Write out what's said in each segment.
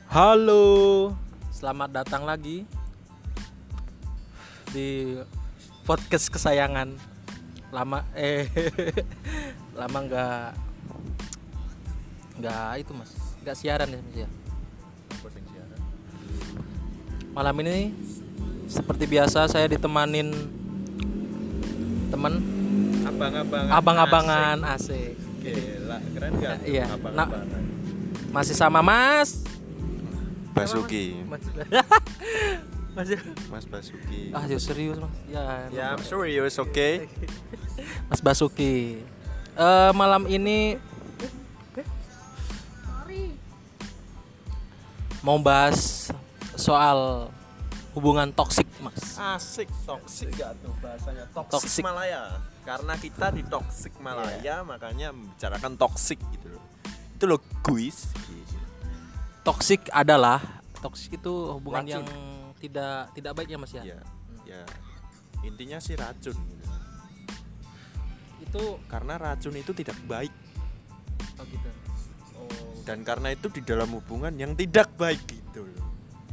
Halo, selamat datang lagi di podcast kesayangan. Lama lama nggak itu mas, nggak siaran ya mas ya. Malam ini seperti biasa saya ditemanin teman abang-abangan asik. Gila, keren gak? Iya. Abang-abangan. Masih sama Mas Basuki. Mas Basuki. ya serius mas Ya, I'm serious, okay? Mas Basuki. Malam ini mau bahas soal hubungan toksik mas. Asik, toksik gak tuh bahasanya? Toxic. Toksik Malaya. Karena kita di Toksik Malaya, makanya membicarakan toksik gitu loh. Itu loh guys. Toksik itu hubungan Racun. yang tidak baik ya mas ya. Ya. Intinya sih racun gitu. Itu Karena racun itu tidak baik. gitu. Dan karena itu di dalam hubungan yang tidak baik gitu loh.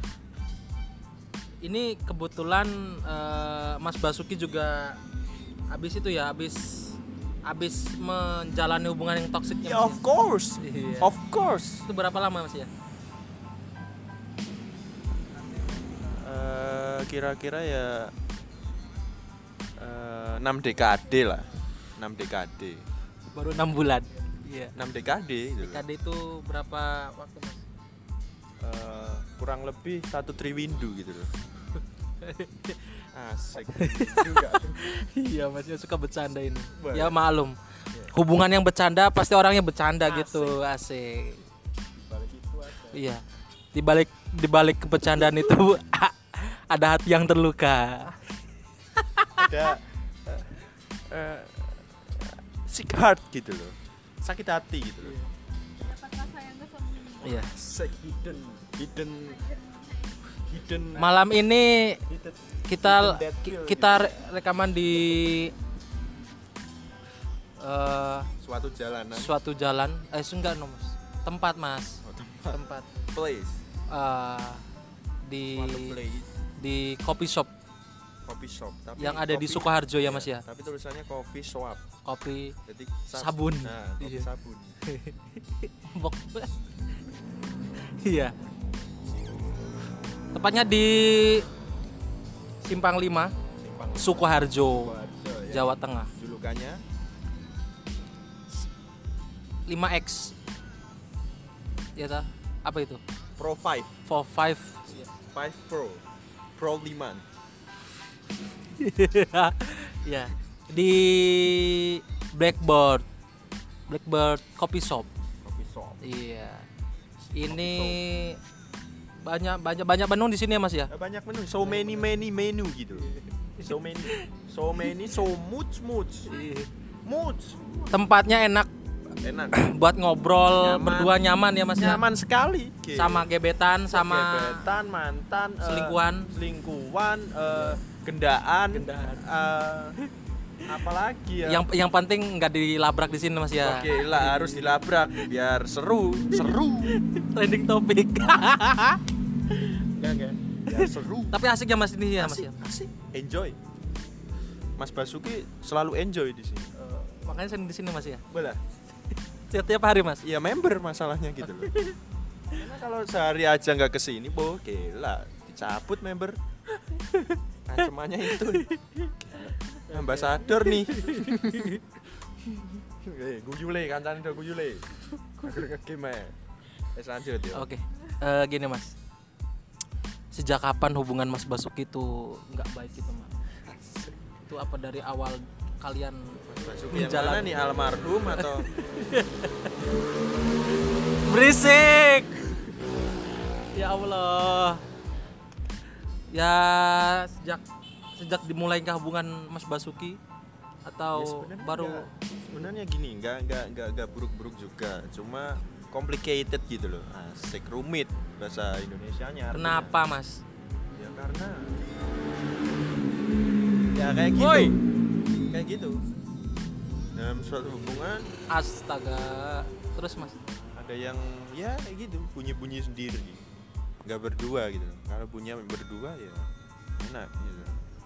Ini kebetulan Mas Basuki juga habis menjalani hubungan yang toksik ya, Ya, Mas, of course. Iya. Of course. Itu berapa lama mas ya? Kira-kira ya 6 dekade lah. 6 dekade. Baru 6 bulan. Iya. 6 dekade gitu loh. Dekade itu berapa waktu mas? Kurang lebih 1 triwindu gitu loh. Asik juga. Iya mas, ya suka bercanda ini. Boleh. Ya maklum. Hubungan yang bercanda pasti orangnya bercanda Asik. gitu, asik. Balik itu aja. Iya. Di balik kebercandaan itu ada hati yang terluka. Ada sick heart gitu loh. Sakit hati gitu loh. Dapat rasa yang tersembunyi. Iya. Sick hidden Malam ini hidden dead feel kita gitu. rekaman di Suatu jalanan. suatu jalan. Enggak no, Mas. Tempat mas. Oh, tempat. Tempat Place. di Suatu place. di coffee shop Coffee shop. Tapi yang ada di coffee- Sukoharjo ya mas ya. Tapi tulisannya coffee shop. Kopi Jadi Sabun. Nah, kopi Iya. sabun. bok. Iya. Tepatnya di Simpang 5 Simpang Sukoharjo, Sukoharjo, ya. Jawa Tengah. Julukannya 5X. Ya ta? Apa itu? Pro 5. 5 5 Pro. Pro 5. Ya. Di Blackbird Coffee Shop. Coffee shop. Iya. Ini banyak menu di sini ya Mas ya? Banyak menu. So many menu gitu. So many so much. Tempatnya enak Enak. buat ngobrol Nyaman. berdua, nyaman ya Mas ya. Nyaman sekali. Sama gebetan, sama gebetan, mantan, selingkuhan. gendaan. Apalagi ya. Yang penting nggak dilabrak di sini Mas ya. Oke lah, harus dilabrak biar seru. Trending topik. Enggak. Biar seru. Tapi asik ya Mas ini ya Mas ya. Asik. Enjoy. Mas Basuki selalu enjoy di sini. Makanya sering di sini Mas ya. Boleh. Tiap hari Mas. Ya member masalahnya gitu loh. Karena kalau sehari aja nggak kesini, gila, dicabut member. Ancamannya itu. Ambasador nih. Guyule kancane do guyule. Agar ngegame. Wis lanjut ya. Oke. Gini Mas. Sejak kapan hubungan Mas Basuki itu nggak baik gitu Mas? Itu apa dari awal kalian Basuki yang mana nih, almarhum atau berisik? Ya Allah. Ya sejak dimulainya hubungan Mas Basuki atau sebenarnya baru sebenarnya gini, enggak buruk-buruk juga, cuma complicated gitu loh. Asik, rumit bahasa Indonesianya. artinya. kenapa Mas? Ya karena ya kayak gitu. Woi. Kayak gitu. Dalam suatu hubungan Astaga. Terus Mas. ada yang ya kayak gitu, bunyi-bunyi sendiri. nggak berdua gitu. Kalau punya berdua ya enak gitu.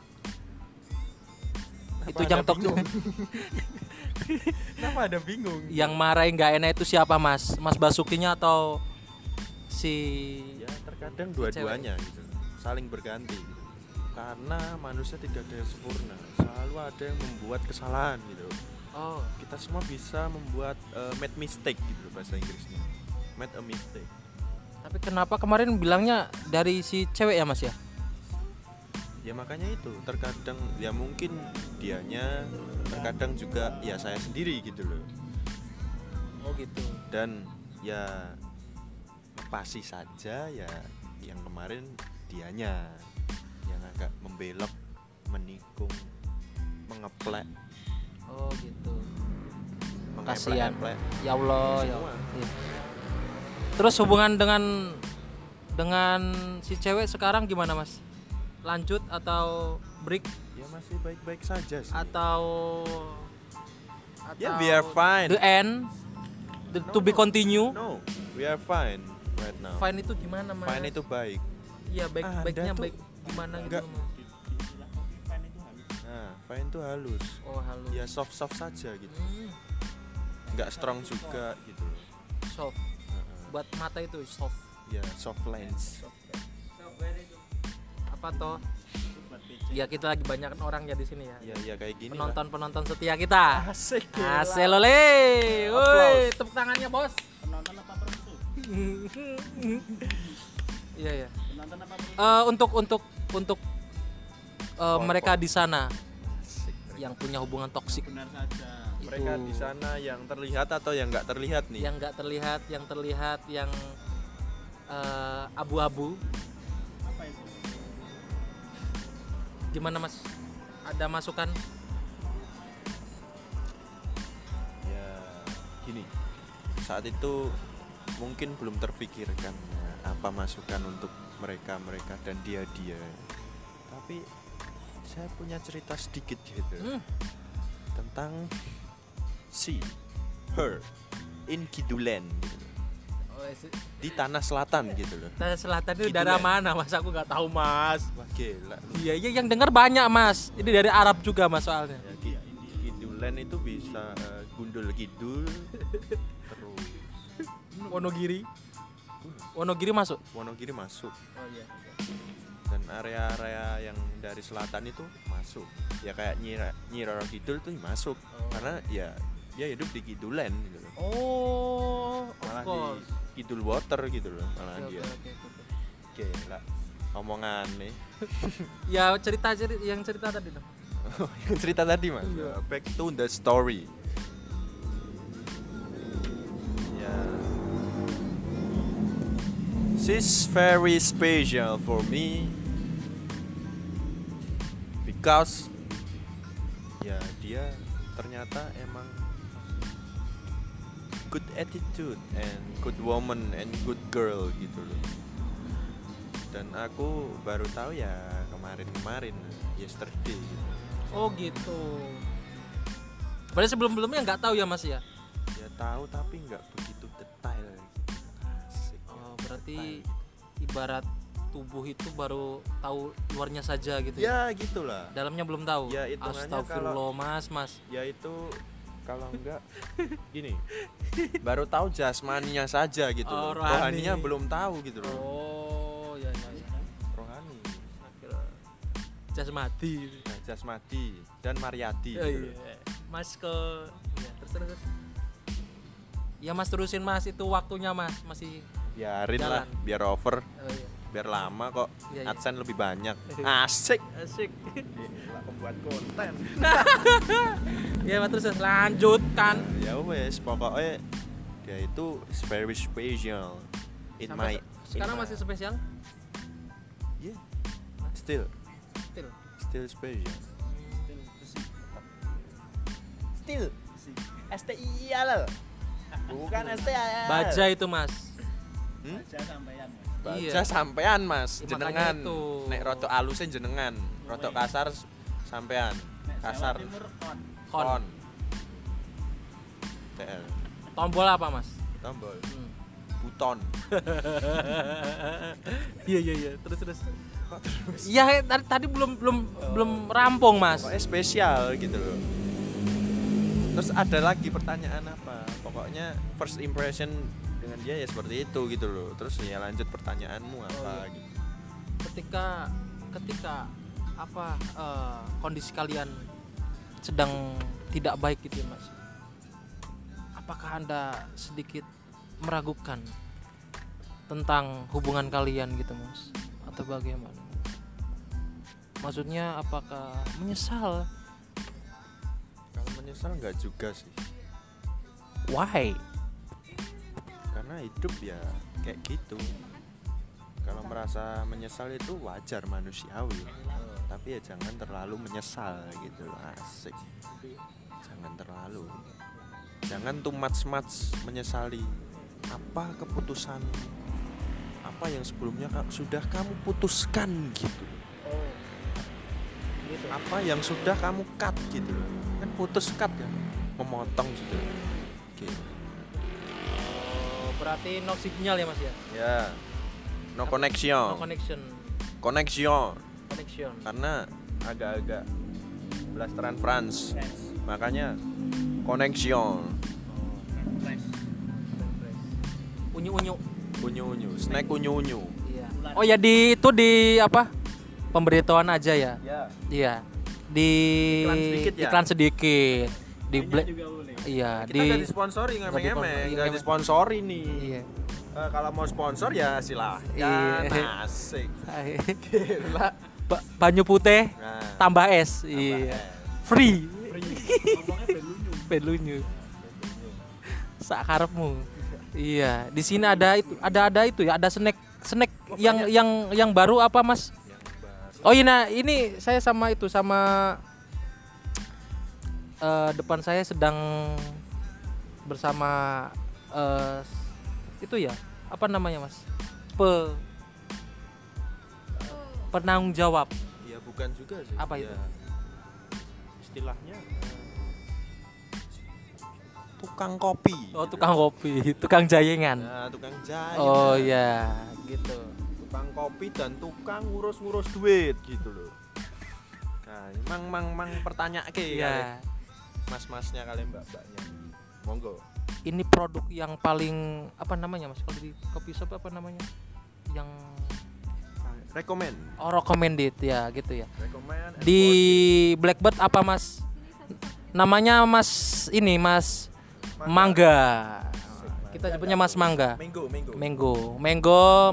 Itu yang bingung? Kenapa ada bingung? Yang marahin nggak enak itu siapa mas? Mas Basukinya atau si Ya terkadang dua-duanya gitu, saling berganti gitu. Karena manusia tidak ada yang sempurna, selalu ada yang membuat kesalahan gitu. Oh, Kita semua bisa membuat made mistake gitu bahasa Inggrisnya, made a mistake. tapi kenapa kemarin bilangnya dari si cewek ya mas ya? Ya makanya itu terkadang ya mungkin dianya, terkadang juga ya saya sendiri gitu loh. Oh gitu. Dan ya pasti saja ya yang kemarin dianya yang agak membelok, menikung, mengeplek, Oh gitu. mengeplek. Kasihan. Ya Allah. Ya Semua. Allah. Iya. Terus hubungan dengan si cewek sekarang gimana mas? Lanjut atau break Ya masih baik-baik saja sih. atau Ya we are fine. the end to be continue? No, we are fine right now. Fine itu gimana mas? Fine itu baik. Iya baiknya Anda tuh baik gimana gitu enggak. mas? Nah, fine itu halus. Oh halus. Ya soft-soft saja gitu. Hmm, Enggak strong juga gitu. soft. Heeh. Buat mata itu soft. Ya soft lens. Apa toh? Ya kita lagi banyak orang ya di sini ya. Ya kayak gini lah. Penonton setia kita. Asik. Asel oleh. Woi, tepuk tangannya bos. Penonton apa perusuh? Iya ya. Penonton apa perusuh? Untuk mereka di sana Asik. yang punya hubungan toksik, Benar saja. Mereka itu. di sana yang terlihat atau yang enggak terlihat nih? yang nggak terlihat, yang abu-abu. Apa itu? Gimana mas? Ada masukan? Ya gini, saat itu mungkin belum terpikirkan ya, apa masukan untuk mereka dan dia tapi saya punya cerita sedikit gitu tentang her in Kidulen gitu, di tanah selatan gitu loh. Tanah Selatan itu Gitu daerah ya. mana mas? Aku nggak tahu mas. Wah gila lu. Iya yang dengar banyak mas. Ini dari Arab juga mas soalnya. Ya, Kidulen itu bisa gundul kidul terus Wonogiri masuk. Wonogiri masuk. Oh iya. Dan area-area yang dari selatan itu masuk ya kayak Nyi Roro Kidul tuh masuk karena ya dia hidup di Kidulen gitu loh, Oh, of malah course. di Kidul Water gitu loh malah Oke, dia. oke. Gila omongan nih. Ya cerita yang cerita tadi dong. Yang cerita tadi mas. Iya. Back to the story. Ya, she's very special for me because ya dia ternyata emang good attitude and good woman and good girl gitu loh. Dan aku baru tahu ya kemarin yesterday gitu. Oh gitu. Berarti sebelum-sebelumnya nggak tahu ya mas ya? Ya tahu tapi nggak begitu detail gitu. Asik. Oh, berarti ibarat tubuh itu baru tahu luarnya saja gitu Ya gitulah. Dalamnya belum tahu. Ya, hitungannya Astagfirullah mas. Ya itu kalau enggak gini. Baru tahu jasmaninya saja gitu Oh, loh. rohani. Rohaninya belum tahu gitu loh. Oh ya. Rohani. Jasmati. Nah, Jasmadi dan Mariadi Oh, gitu loh. iya. Mas ke ya, terus. Ya mas terusin mas, itu waktunya mas masih. Biarin Jalan. lah biar over, Oh, iya. biar lama kok. Iya, iya. AdSense lebih banyak. Asik. Asik. Gila, pembuat konten. Ya mas terus lanjutkan. Ya wes pokoknya dia itu very special in Sampai my sekarang in my- masih spesial? yeah, still special still STIL bukan STIL Baja itu mas. Baca sampean. baca Iya. sampean mas Ya, jenengan makanya itu. nek rotok alusnya jenengan rotok kasar sampean Nek kasar Jawa Timur kon. Kon. TL Tombol apa mas? tombol Hmm. buton. Iya. Terus. Iya, tadi belum rampung, Mas. Pokoknya spesial gitu loh. Terus ada lagi pertanyaan apa? Pokoknya first impression dengan dia ya seperti itu gitu loh. Terus ya lanjut pertanyaanmu apa gitu. Ketika apa kondisi kalian sedang tidak baik gitu ya, Mas. Apakah Anda sedikit meragukan tentang hubungan kalian gitu, Mas? Atau bagaimana? Maksudnya apakah menyesal? Kalau menyesal enggak juga sih. Why? Karena hidup ya kayak gitu. Kalau merasa menyesal itu wajar, manusiawi. Tapi ya jangan terlalu menyesal gitu loh. Asik. Jangan terlalu. Jangan too much menyesali apa keputusan apa yang sebelumnya sudah kamu putuskan gitu. Gitu. Apa yang sudah kamu cut gitu loh. Kan putus cut kan, memotong gitu. Oke. Berarti no signal ya, Mas ya? Ya. No connection. No connection. Connection. Karena agak-agak blasteran France. Makanya connection. Unyu-unyu, snack unyu-unyu. Iya. Oh ya di apa? Pemberitahuan aja ya. Ya. Iya. Di Iklan sedikit ya? iklan sedikit. Di Kayaknya juga boleh. iya, Kita nggak disponsori ngemeng-ngemeng, nggak disponsori nih. Iya. Kalau mau sponsor ya silahkan. Iya. Asik. Gila. Banyu putih Nah, tambah es. Iya. Free. Ngomongnya belunyu. Belunyu. Sak karepmu. Iya, di sini ada itu ya, ada snack yang baru apa, Mas? Oh iya, nah ini saya sama depan saya sedang bersama itu ya, apa namanya, Mas? Penanggung jawab. ya bukan juga sih. Apa Ya, itu? istilahnya tukang kopi. Oh, tukang kopi, tukang jayengan. Nah, tukang jahit. Oh iya, gitu. Tukang kopi dan tukang ngurus duit gitu loh. Nah, mang pertanyaan Iya. mas-masnya kalian mbak-mbaknya. Monggo. Ini produk yang paling apa namanya, Mas? Kalau di kopi shop apa namanya? Yang recommended ya, gitu ya. Recommend. Di Blackbird apa, Mas? Namanya Mas Mangga. Kita sebutnya Mas Mangga. Manggaken.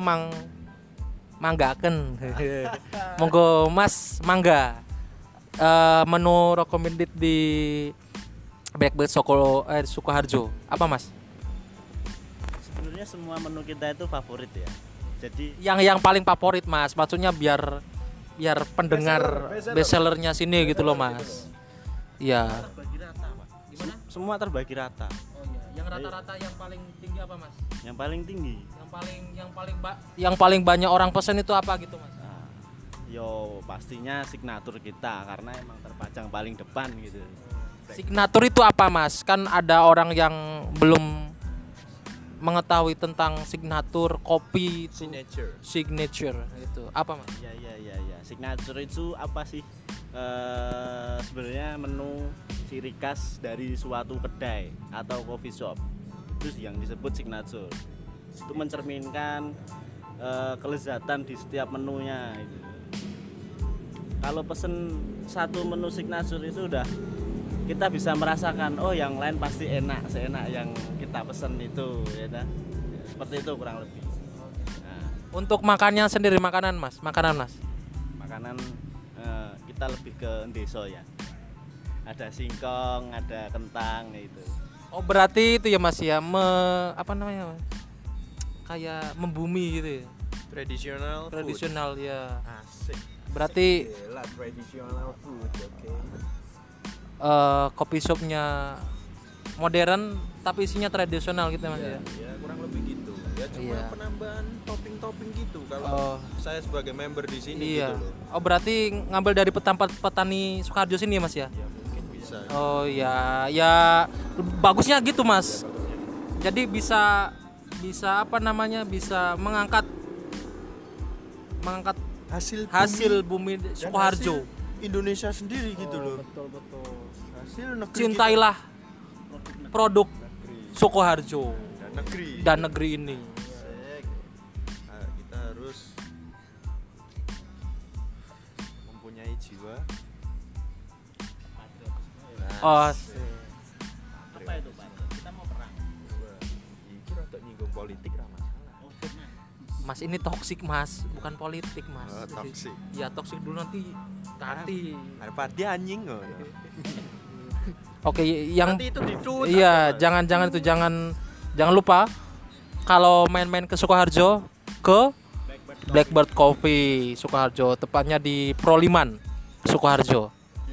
Monggo Mas Mangga. Menu recommended di Blackbird Sukoharjo. Apa, Mas? Sebenarnya semua menu kita itu favorit ya. Jadi Yang paling favorit, Mas. Maksudnya biar pendengar bestsellernya sini gitu loh, Mas. Iya. terbagi rata, Pak. Gimana? Semua terbagi rata. Oh iya. Yang rata-rata yang paling tinggi apa, Mas? Yang paling tinggi. Yang paling banyak orang pesen itu apa gitu, Mas? Nah, yo pastinya signatur kita karena emang terpajang paling depan gitu. Signatur itu apa, Mas? Kan ada orang yang belum mengetahui tentang signatur kopi itu. Signature itu apa, Mas? Ya. Signatur itu apa sih? Sebenarnya menu ciri khas dari suatu kedai atau coffee shop. Terus yang disebut signature. Itu mencerminkan kelezatan di setiap menunya itu. Kalau pesen satu menu signature itu udah kita bisa merasakan, oh yang lain pasti seenak yang kita pesen itu ya dah. Seperti itu kurang lebih. Nah, Untuk makannya sendiri makanan, Mas. makanan kita lebih ke ndeso ya. Ada singkong, ada kentang itu. Oh, berarti itu ya, Mas ya, apa namanya, Mas? Kayak membumi gitu ya. Tradisional ya. Asik. Berarti Gila, traditional food, oke. kopi shopnya modern tapi isinya tradisional gitu, Mas ya. Ya kurang lebih gitu. Ya cuma Iya. penambahan topping gitu kalau Oh. saya sebagai member di sini Iya. gitu loh. Oh, berarti ngambil dari petani Sukoharjo sini ya, Mas ya? Ya mungkin bisa. Oh ya, ya bagusnya gitu, Mas. Jadi bisa bisa apa namanya? Bisa mengangkat hasil bumi dan Sukoharjo. hasil Indonesia sendiri gitu loh. Betul. Hasil negeri Cintailah produk Sukoharjo kita dan negeri. dan negeri ini. Asik. Nah, kita harus mempunyai jiwa. Oh, Apa itu Pak? Kita mau perang. Iki rada nyinggung politik ra masalah. Mas ini toksik Mas, bukan politik Mas. Oh, toksik. Ya toksik dulu nanti ganti. Harapati anjing ngono. Oke, yang Nanti itu dicut. iya, jangan itu jangan lupa kalau main-main ke Sukoharjo ke Blackbird Coffee Sukoharjo, tepatnya di Proliman Sukoharjo.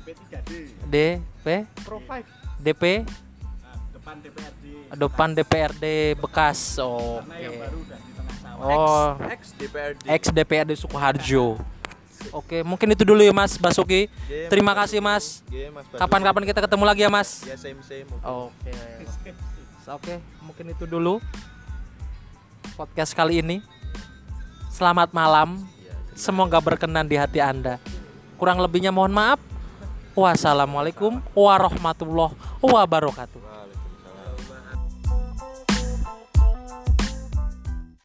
DP Pro 5 DP depan DPRD. depan DPRD bekas. Karena yang Oke. baru udah di tengah sawah. Oh, Ex DPRD. ex DPRD Sukoharjo. Oke, mungkin itu dulu ya Mas Basuki. Nggih, Terima Mas kasih Mas. Nggih, Mas Basuki. Kapan-kapan kita ketemu lagi ya Mas. Ya same. Oke. Oke, mungkin itu dulu podcast kali ini. Selamat malam. Semoga berkenan di hati Anda. Kurang lebihnya mohon maaf. Wassalamualaikum warahmatullahi wabarakatuh.